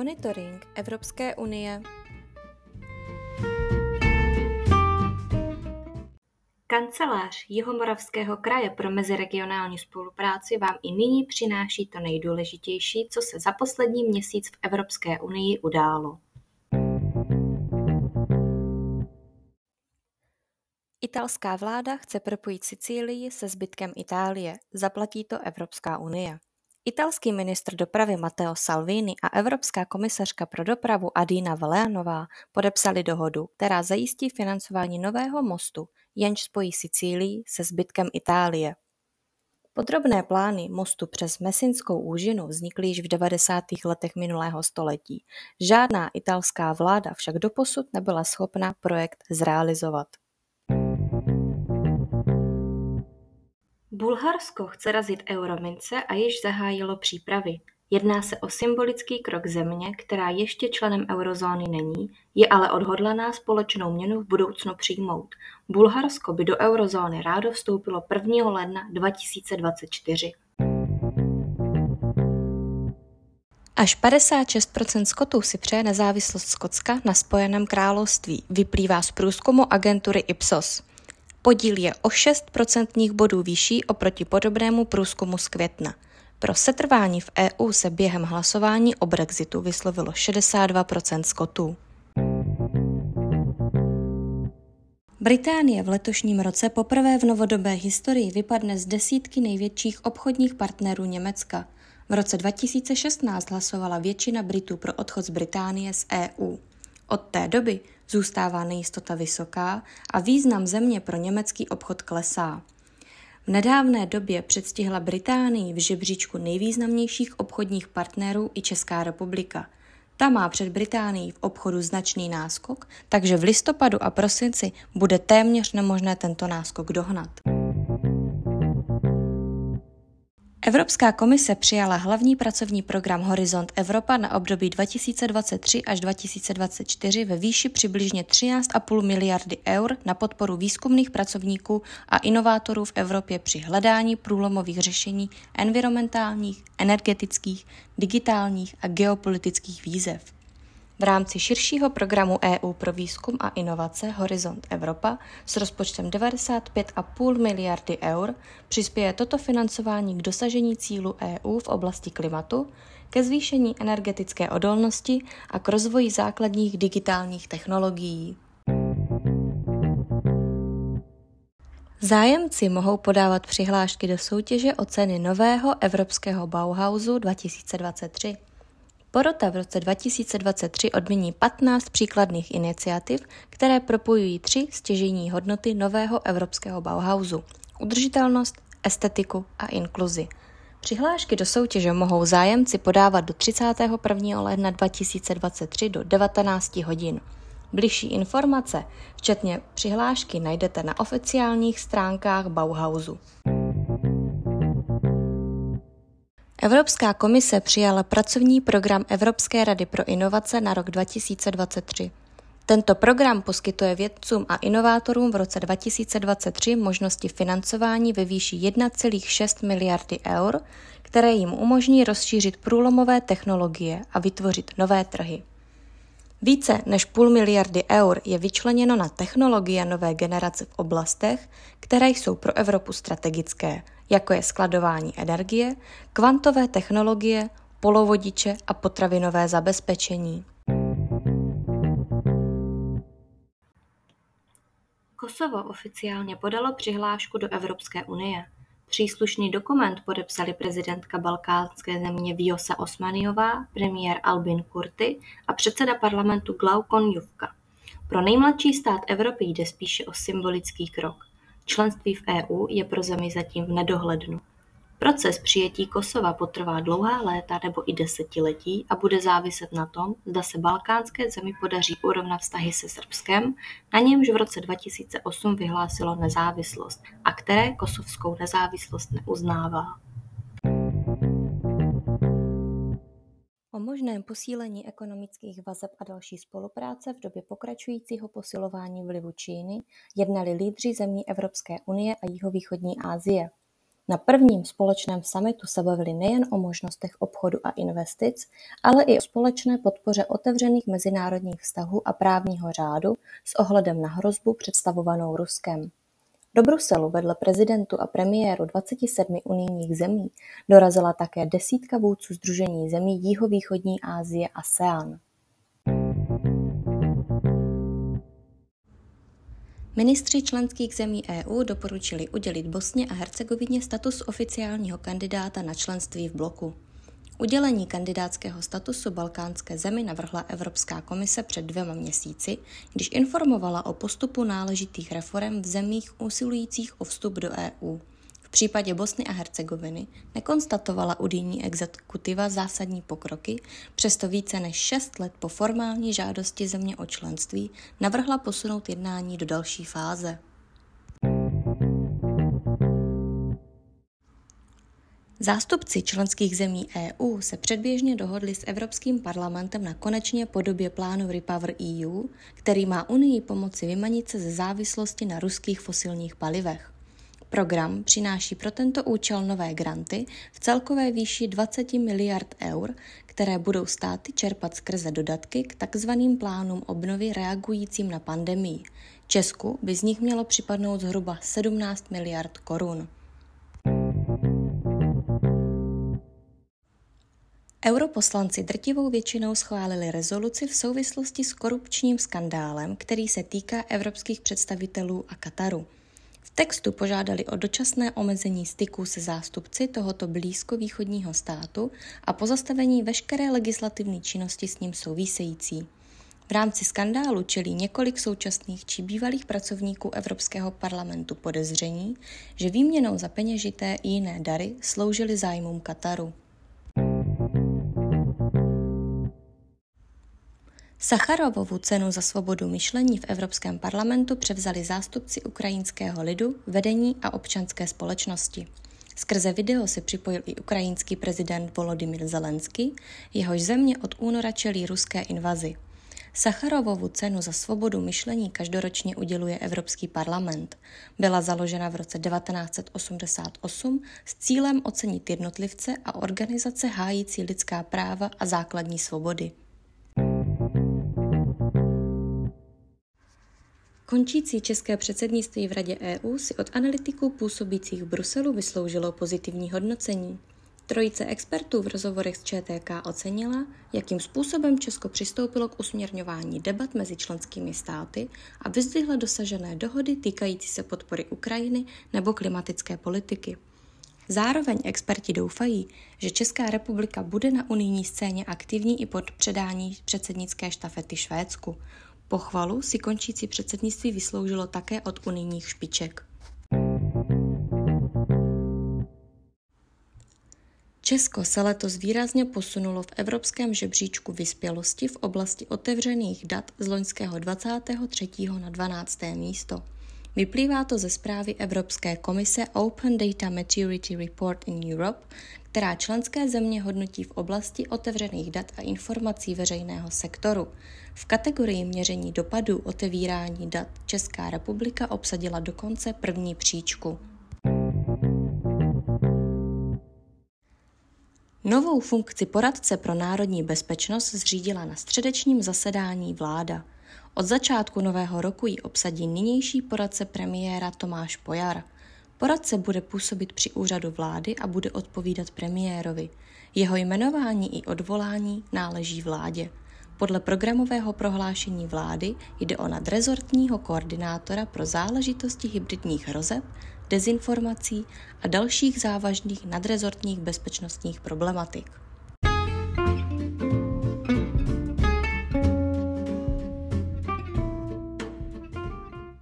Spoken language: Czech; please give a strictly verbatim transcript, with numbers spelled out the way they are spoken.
Monitoring Evropské unie. Kancelář Jihomoravského kraje pro meziregionální spolupráci vám i nyní přináší to nejdůležitější, co se za poslední měsíc v Evropské unii událo. Italská vláda chce propojit Sicílii se zbytkem Itálie. Zaplatí to Evropská unie. Italský ministr dopravy Matteo Salvini a Evropská komisařka pro dopravu Adina Văleanová podepsali dohodu, která zajistí financování nového mostu, jenž spojí Sicílii se zbytkem Itálie. Podrobné plány mostu přes Messinskou úžinu vznikly již v devadesátých letech minulého století. Žádná italská vláda však doposud nebyla schopna projekt zrealizovat. Bulharsko chce razit euromince a již zahájilo přípravy. Jedná se o symbolický krok země, která ještě členem eurozóny není, je ale odhodlaná společnou měnu v budoucnu přijmout. Bulharsko by do eurozóny rádo vstoupilo prvního ledna dva tisíce dvacet čtyři. Až padesát šest procent Skotů si přeje nezávislost Skotska na Spojeném království, vyplývá z průzkumu agentury Ipsos. Podíl je o šest procentních bodů vyšší oproti podobnému průzkumu z května. Pro setrvání v E U se během hlasování o Brexitu vyslovilo šedesát dva procent Skotů. Británie v letošním roce poprvé v novodobé historii vypadne z desítky největších obchodních partnerů Německa. V roce dva tisíce šestnáct hlasovala většina Britů pro odchod z Británie z E U. Od té doby zůstává nejistota vysoká a význam země pro německý obchod klesá. V nedávné době předstihla Británii v žebříčku nejvýznamnějších obchodních partnerů i Česká republika. Ta má před Británií v obchodu značný náskok, takže v listopadu a prosinci bude téměř nemožné tento náskok dohnat. Evropská komise přijala hlavní pracovní program Horizont Evropa na období dva tisíce dvacet tři až dva tisíce dvacet čtyři ve výši přibližně třináct celá pět miliardy eur na podporu výzkumných pracovníků a inovátorů v Evropě při hledání průlomových řešení environmentálních, energetických, digitálních a geopolitických výzev. V rámci širšího programu E U pro výzkum a inovace Horizont Evropa s rozpočtem devadesát pět celá pět miliardy eur přispěje toto financování k dosažení cílu E U v oblasti klimatu, ke zvýšení energetické odolnosti a k rozvoji základních digitálních technologií. Zájemci mohou podávat přihlášky do soutěže o ceny nového evropského Bauhausu dva tisíce dvacet tři. Porota v roce dva tisíce dvacet tři odmění patnáct příkladných iniciativ, které propojují tři stěžejní hodnoty nového evropského Bauhausu: udržitelnost, estetiku a inkluzi. Přihlášky do soutěže mohou zájemci podávat do třicátého prvního ledna dva tisíce dvacet tři do devatenácti hodin. Bližší informace, včetně přihlášky, najdete na oficiálních stránkách Bauhausu. Evropská komise přijala pracovní program Evropské rady pro inovace na rok dva tisíce dvacet tři. Tento program poskytuje vědcům a inovátorům v roce dva tisíce dvacet tři možnosti financování ve výši jedna celá šest miliardy eur, které jim umožní rozšířit průlomové technologie a vytvořit nové trhy. Více než půl miliardy eur je vyčleněno na technologie nové generace v oblastech, které jsou pro Evropu strategické, jako je skladování energie, kvantové technologie, polovodiče a potravinové zabezpečení. Kosovo oficiálně podalo přihlášku do Evropské unie. Příslušný dokument podepsali prezidentka balkánské země Vjosa Osmaniová, premiér Albin Kurti a předseda parlamentu Glaucon Juvka. Pro nejmladší stát Evropy jde spíše o symbolický krok. Členství v E U je pro zemi zatím v nedohlednu. Proces přijetí Kosova potrvá dlouhá léta nebo i desetiletí a bude záviset na tom, zda se balkánské zemi podaří urovnat vztahy se Srbskem, na němž v roce dva tisíce osm vyhlásilo nezávislost a které kosovskou nezávislost neuznává. O možném posílení ekonomických vazeb a další spolupráce v době pokračujícího posilování vlivu Číny jednali lídři zemí Evropské unie a jihovýchodní Asie. Na prvním společném summitu se bavili nejen o možnostech obchodu a investic, ale i o společné podpoře otevřených mezinárodních vztahů a právního řádu s ohledem na hrozbu představovanou Ruskem. Do Bruselu vedle prezidentů a premiérů dvaceti sedmi unijních zemí dorazila také desítka vůdců Sdružení zemí jihovýchodní Asie ASEAN. Ministři členských zemí E U doporučili udělit Bosně a Hercegovině status oficiálního kandidáta na členství v bloku. Udělení kandidátského statusu balkánské zemi navrhla Evropská komise před dvěma měsíci, když informovala o postupu náležitých reforem v zemích usilujících o vstup do E U. V případě Bosny a Hercegoviny nekonstatovala unijní exekutiva zásadní pokroky, přesto více než šest let po formální žádosti země o členství navrhla posunout jednání do další fáze. Zástupci členských zemí E U se předběžně dohodli s Evropským parlamentem na konečné podobě plánu Repower E U, který má Unii pomoci vymanit se ze závislosti na ruských fosilních palivech. Program přináší pro tento účel nové granty v celkové výši dvacet miliard eur, které budou státy čerpat skrze dodatky k takzvaným plánům obnovy reagujícím na pandemii. Česku by z nich mělo připadnout zhruba sedmnáct miliard korun. Europoslanci drtivou většinou schválili rezoluci v souvislosti s korupčním skandálem, který se týká evropských představitelů a Kataru. V textu požádali o dočasné omezení styků se zástupci tohoto blízkovýchodního státu a pozastavení veškeré legislativní činnosti s ním související. V rámci skandálu čelí několik současných či bývalých pracovníků Evropského parlamentu podezření, že výměnou za peněžité i jiné dary sloužily zájmům Kataru. Sacharovovu cenu za svobodu myšlení v Evropském parlamentu převzali zástupci ukrajinského lidu, vedení a občanské společnosti. Skrze video se připojil i ukrajinský prezident Volodymyr Zelenský, jehož země od února čelí ruské invazi. Sacharovovu cenu za svobodu myšlení každoročně uděluje Evropský parlament. Byla založena v roce devatenáct set osmdesát osm s cílem ocenit jednotlivce a organizace hájící lidská práva a základní svobody. Končící české předsednictví v Radě E U si od analytiků působících v Bruselu vysloužilo pozitivní hodnocení. Trojice expertů v rozhovorech s Č T K ocenila, jakým způsobem Česko přistoupilo k usměrňování debat mezi členskými státy a vyzdvihla dosažené dohody týkající se podpory Ukrajiny nebo klimatické politiky. Zároveň experti doufají, že Česká republika bude na unijní scéně aktivní i pod předání předsednické štafety Švédsku. Pochvalu si končící předsednictví vysloužilo také od unijních špiček. Česko se letos výrazně posunulo v evropském žebříčku vyspělosti v oblasti otevřených dat z loňského dvacátého třetího na dvanácté místo. Vyplývá to ze zprávy Evropské komise Open Data Maturity Report in Europe, která členské země hodnotí v oblasti otevřených dat a informací veřejného sektoru. V kategorii měření dopadů otevírání dat Česká republika obsadila dokonce první příčku. Novou funkci poradce pro národní bezpečnost zřídila na středečním zasedání vláda. Od začátku nového roku ji obsadí nynější poradce premiéra Tomáš Pojar. Poradce bude působit při úřadu vlády a bude odpovídat premiérovi. Jeho jmenování i odvolání náleží vládě. Podle programového prohlášení vlády jde o nadrezortního koordinátora pro záležitosti hybridních hrozeb, dezinformací a dalších závažných nadrezortních bezpečnostních problematik.